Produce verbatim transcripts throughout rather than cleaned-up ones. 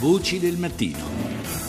Voci del mattino.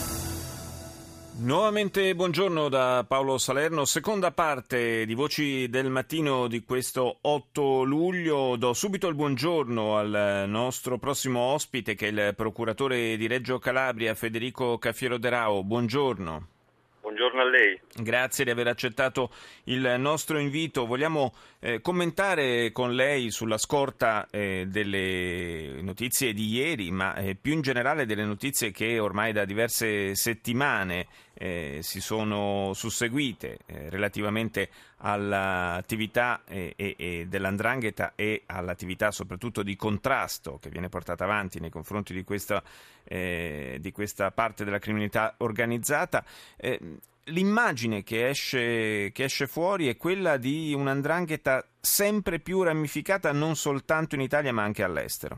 Nuovamente buongiorno da Paolo Salerno, seconda parte di Voci del Mattino di questo otto luglio. Do subito il buongiorno al nostro prossimo ospite che è il procuratore di Reggio Calabria, Federico Cafiero De Rao. Buongiorno. Buongiorno a lei. Grazie di aver accettato il nostro invito. Vogliamo eh, commentare con lei sulla scorta eh, delle notizie di ieri, ma eh, più in generale delle notizie che ormai da diverse settimane eh, si sono susseguite eh, relativamente all'attività eh, eh, dell'Andrangheta e all'attività soprattutto di contrasto che viene portata avanti nei confronti di questa, eh, di questa parte della criminalità organizzata. Eh, L'immagine che esce, che esce fuori è quella di un'andrangheta sempre più ramificata non soltanto in Italia ma anche all'estero.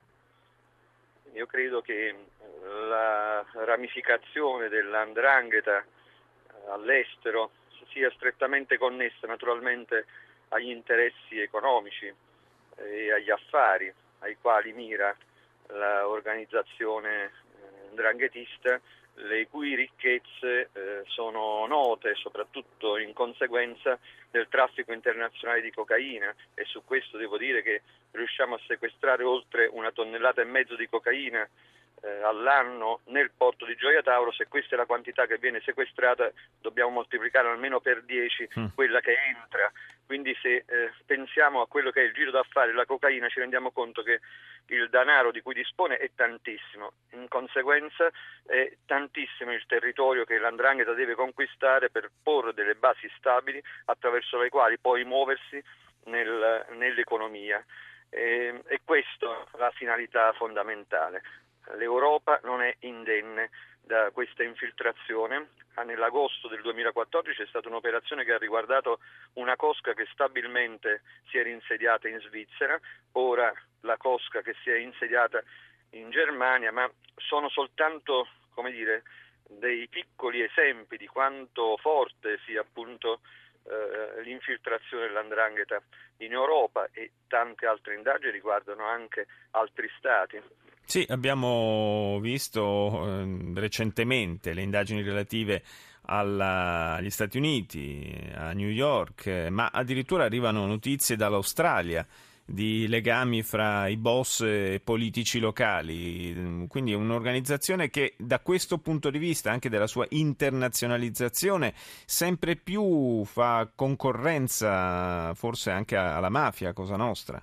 Io credo che la ramificazione dell'andrangheta all'estero sia strettamente connessa naturalmente agli interessi economici e agli affari ai quali mira l'organizzazione andranghetista, le cui ricchezze eh, sono note soprattutto in conseguenza del traffico internazionale di cocaina, e su questo devo dire che riusciamo a sequestrare oltre una tonnellata e mezzo di cocaina eh, all'anno nel porto di Gioia Tauro. Se questa è la quantità che viene sequestrata, dobbiamo moltiplicare almeno per dieci mm. quella che entra. Quindi se eh, pensiamo a quello che è il giro d'affari della cocaina, ci rendiamo conto che il denaro di cui dispone è tantissimo. In conseguenza è tantissimo il territorio che l'andrangheta deve conquistare per porre delle basi stabili attraverso le quali poi muoversi nel, nell'economia. E, e questa è la finalità fondamentale. L'Europa non è indenne da questa infiltrazione. Nell'agosto del duemilaquattordici c'è stata un'operazione che ha riguardato una cosca che stabilmente si era insediata in Svizzera, ora la cosca che si è insediata in Germania, ma sono soltanto, come dire, dei piccoli esempi di quanto forte sia appunto eh, l'infiltrazione dell'andrangheta in Europa, e tante altre indagini riguardano anche altri stati. Sì, abbiamo visto eh, recentemente le indagini relative alla, agli Stati Uniti, a New York, eh, ma addirittura arrivano notizie dall'Australia di legami fra i boss e politici locali. Quindi è un'organizzazione che da questo punto di vista, anche della sua internazionalizzazione, sempre più fa concorrenza forse anche alla mafia, Cosa Nostra.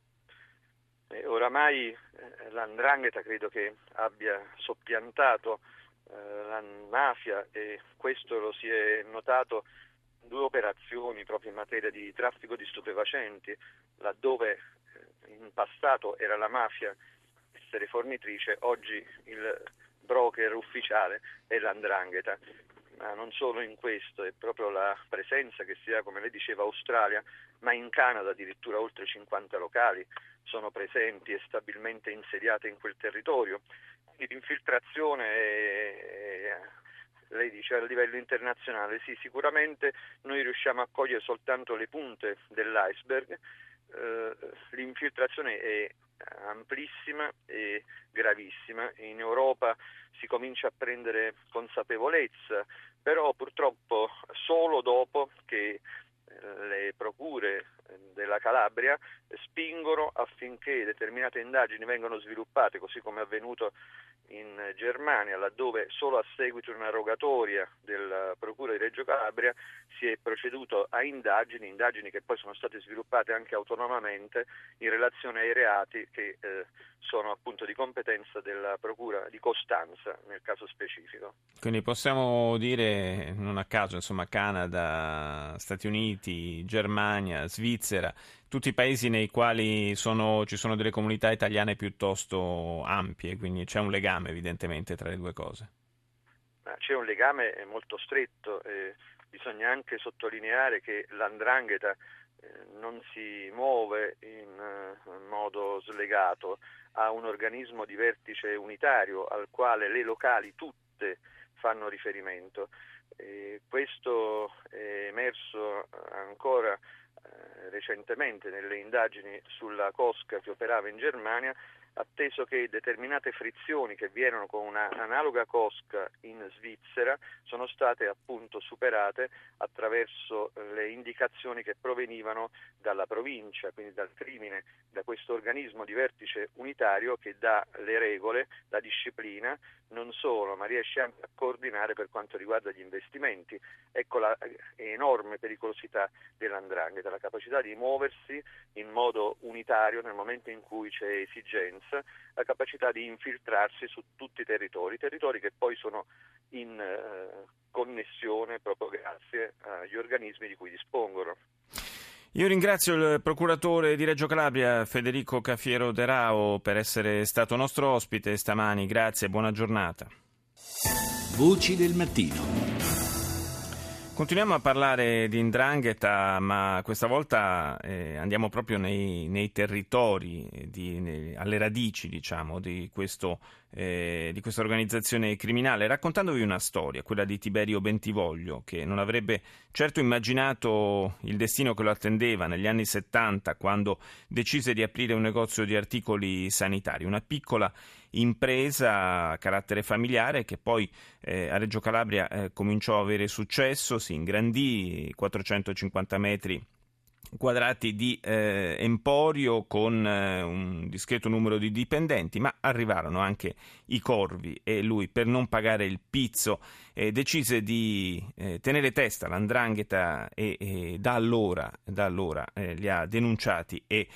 E oramai l'andrangheta credo che abbia soppiantato eh, la mafia, e questo lo si è notato in due operazioni proprio in materia di traffico di stupefacenti, laddove eh, in passato era la mafia essere fornitrice, oggi il broker ufficiale è l'andrangheta. Ma non solo in questo, è proprio la presenza che sia, come lei diceva, Australia, ma in Canada addirittura oltre cinquanta locali sono presenti e stabilmente insediate in quel territorio. Quindi l'infiltrazione è, lei dice, a livello internazionale. Sì, sicuramente noi riusciamo a cogliere soltanto le punte dell'iceberg. Eh, l'infiltrazione è amplissima e gravissima. In Europa si comincia a prendere consapevolezza, però purtroppo solo dopo che le procure della Calabria spingono affinché determinate indagini vengano sviluppate, così come è avvenuto in Germania, laddove solo a seguito di una rogatoria della Procura di Reggio Calabria si è proceduto a indagini, indagini che poi sono state sviluppate anche autonomamente in relazione ai reati che eh, sono appunto di competenza della Procura di Costanza nel caso specifico. Quindi possiamo dire, non a caso, insomma, Canada, Stati Uniti, Germania, Svizzera, tutti i paesi nei quali sono, ci sono delle comunità italiane piuttosto ampie, quindi c'è un legame evidentemente tra le due cose. C'è un legame molto stretto, eh, bisogna anche sottolineare che l'andrangheta eh, non si muove in uh, modo slegato, ha un organismo di vertice unitario al quale le locali tutte fanno riferimento. E questo è emerso ancora eh, recentemente nelle indagini sulla cosca che operava in Germania, atteso che determinate frizioni che vi erano con una analoga cosca in Svizzera sono state appunto superate attraverso le indicazioni che provenivano dalla provincia, quindi dal crimine, da questo organismo di vertice unitario che dà le regole, la disciplina, non solo, ma riesce anche a coordinare per quanto riguarda gli investimenti. Ecco la enorme pericolosità dell'andrangheta, la capacità di muoversi in modo unitario nel momento in cui c'è esigenza, la capacità di infiltrarsi su tutti i territori, territori che poi sono in eh, connessione proprio grazie agli organismi di cui dispongono. Io ringrazio il procuratore di Reggio Calabria, Federico Cafiero De Rao, per essere stato nostro ospite stamani. Grazie e buona giornata. Voci del mattino. Continuiamo a parlare di 'ndrangheta, ma questa volta eh, andiamo proprio nei, nei territori, di, nei, alle radici, diciamo, di, questo, eh, di questa organizzazione criminale, raccontandovi una storia, quella di Tiberio Bentivoglio, che non avrebbe certo immaginato il destino che lo attendeva negli anni settanta, quando decise di aprire un negozio di articoli sanitari, una piccola impresa a carattere familiare che poi eh, a Reggio Calabria eh, cominciò a avere successo, si ingrandì, quattrocentocinquanta metri quadrati di eh, emporio con eh, un discreto numero di dipendenti, ma arrivarono anche i corvi e lui, per non pagare il pizzo, eh, decise di eh, tenere testa all''ndrangheta e, e da allora, da allora eh, li ha denunciati e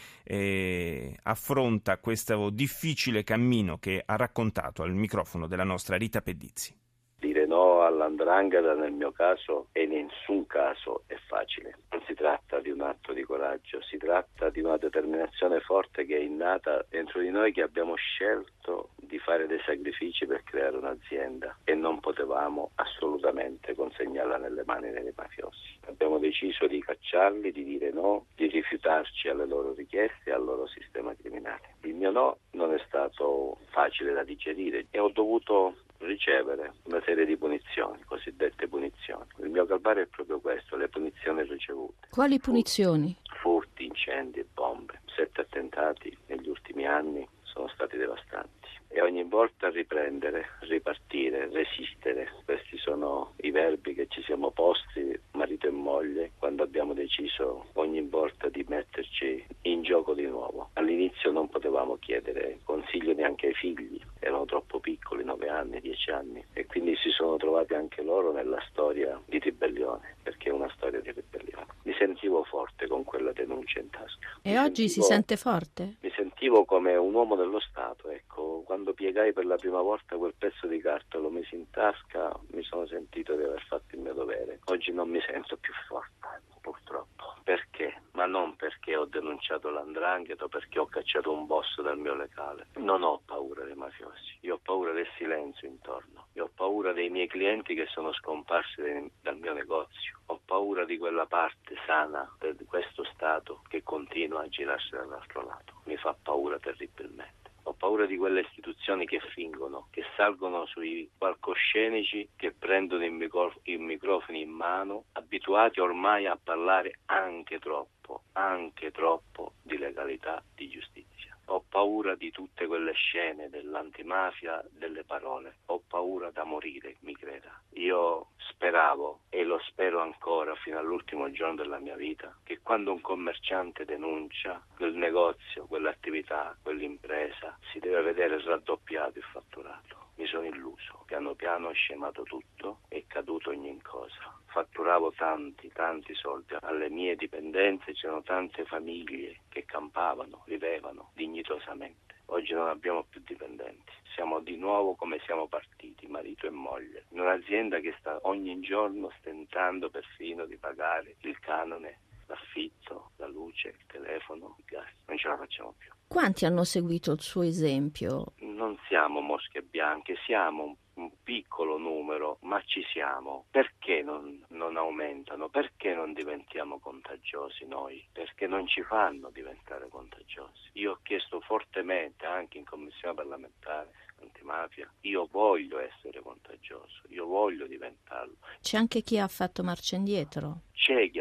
eh, affronta questo difficile cammino che ha raccontato al microfono della nostra Rita Pedizzi. Dire no all''ndrangheta nel mio caso e in nessun caso è facile. Non si tratta di un atto di coraggio, si tratta di una determinazione forte che è innata dentro di noi, che abbiamo scelto di fare dei sacrifici per creare un'azienda e non potevamo assolutamente consegnarla nelle mani dei mafiosi. Abbiamo deciso di cacciarli, di dire no, di rifiutarci alle loro richieste e al loro sistema criminale. Il mio no non è stato facile da digerire e ho dovuto ricevere una serie di punizioni, cosiddette punizioni. Il mio calvario è proprio questo, le punizioni ricevute. Quali punizioni? Furti, incendi e bombe. Sette attentati negli ultimi anni sono stati devastanti. E ogni volta riprendere, ripartire, resistere. Questi sono i verbi che ci siamo posti, marito e moglie, quando abbiamo deciso ogni volta di metterci in gioco di nuovo. All'inizio non potevamo chiedere consiglio neanche ai figli, erano troppo piccoli, nove anni, dieci anni, e quindi si sono trovati anche loro nella storia di ribellione, perché è una storia di ribellione. Mi sentivo forte con quella denuncia in tasca. E mi oggi sentivo, si sente forte? Mi sentivo come un uomo dello Stato, ecco. Quando piegai per la prima volta quel pezzo di carta, lo misi in tasca, mi sono sentito di aver fatto il mio dovere. Oggi non mi sento più forte, purtroppo. Perché? Ma non perché ho denunciato l''ndrangheta o perché ho cacciato un boss dal mio locale. Non ho paura dei mafiosi, io ho paura del silenzio intorno. Io ho paura dei miei clienti che sono scomparsi dal mio negozio. Ho paura di quella parte sana di questo Stato che continua a girarsi dall'altro lato. Mi fa paura terribilmente. Ho paura di quelle istituzioni che fingono, che salgono sui palcoscenici, che prendono i, micro- i microfoni in mano, abituati ormai a parlare anche troppo, anche troppo di legalità, di giustizia. Ho paura di tutte quelle scene dell'antimafia, delle parole. Ho paura da morire, mi creda. Io speravo, e lo spero ancora fino all'ultimo giorno della mia vita, che quando un commerciante denuncia quel negozio, quell'attività, quell'impresa, si deve vedere raddoppiato il fatturato. Mi sono illuso, piano piano è scemato tutto, è caduto ogni cosa. Fatturavo tanti, tanti soldi. Alle mie dipendenze c'erano tante famiglie che campavano, vivevano dignitosamente. Oggi non abbiamo più dipendenti. Siamo di nuovo come siamo partiti, marito e moglie, in un'azienda che sta ogni giorno stentando perfino di pagare il canone, l'affitto, la luce, il telefono, il gas. Non ce la facciamo più. Quanti hanno seguito il suo esempio? Non siamo mosche bianche, siamo un, un piccolo numero, ma ci siamo. Perché non, non aumentano? Perché non diventiamo contagiosi noi? Perché non ci fanno diventare contagiosi. Io ho chiesto fortemente, anche in commissione parlamentare antimafia, io voglio essere contagioso, io voglio diventarlo. C'è anche chi ha fatto marcia indietro. C'è chi ha fatto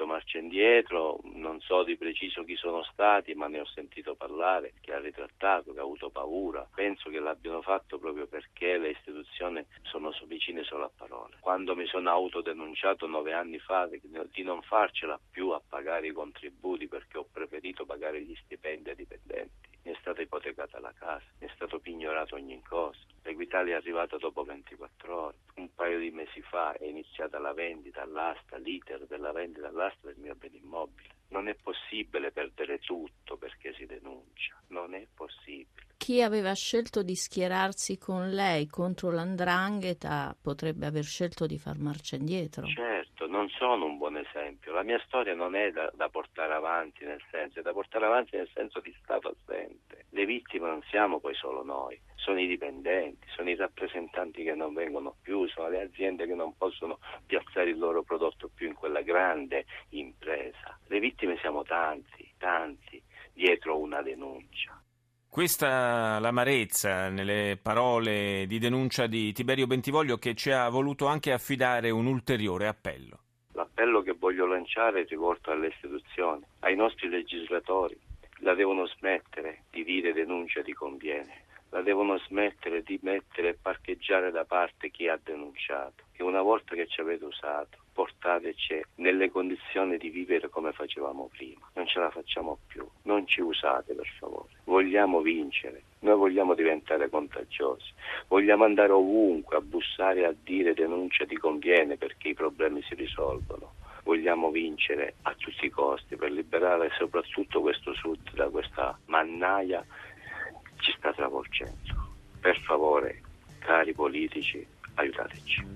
fatto marcia indietro, non so di preciso chi sono stati, ma ne ho sentito parlare, che ha ritrattato, che ha avuto paura. Penso che l'abbiano fatto proprio perché le istituzioni sono vicine solo a parole. Quando mi sono autodenunciato nove anni fa di non farcela più a pagare i contributi perché ho preferito pagare gli stipendi ai dipendenti, mi è stata ipotecata la casa, mi è stato pignorato ogni cosa. L'Equitalia è arrivata dopo ventiquattro ore. Un paio di mesi fa è iniziata la vendita all'asta, l'iter della vendita all'asta del mio bene immobile. Non è possibile perdere tutto perché si denuncia, non è possibile. Chi aveva scelto di schierarsi con lei contro l'Ndrangheta potrebbe aver scelto di far marcia indietro. Certo, non sono un buon esempio. La mia storia non è da, da portare avanti nel senso, è da portare avanti nel senso di stato assente. Le vittime non siamo poi solo noi, sono i dipendenti, sono i rappresentanti che non vengono più, sono le aziende che non possono piazzare il loro prodotto più in quella grande impresa. Le vittime siamo tanti, tanti, dietro una denuncia. Questa l'amarezza nelle parole di denuncia di Tiberio Bentivoglio, che ci ha voluto anche affidare un ulteriore appello. L'appello che voglio lanciare è rivolto alle istituzioni, ai nostri legislatori. La devono smettere di dire denuncia ti conviene, la devono smettere di mettere e parcheggiare da parte chi ha denunciato. E una volta che ci avete usato, portateci nelle condizioni di vivere come facevamo prima. Non ce la facciamo più, non ci usate per favore. Vogliamo vincere, noi vogliamo diventare contagiosi, vogliamo andare ovunque a bussare e a dire denuncia ti conviene perché i problemi si risolvono. Vogliamo vincere a tutti i costi per liberare soprattutto questo Sud da questa mannaia che ci sta travolgendo. Per favore, cari politici, aiutateci.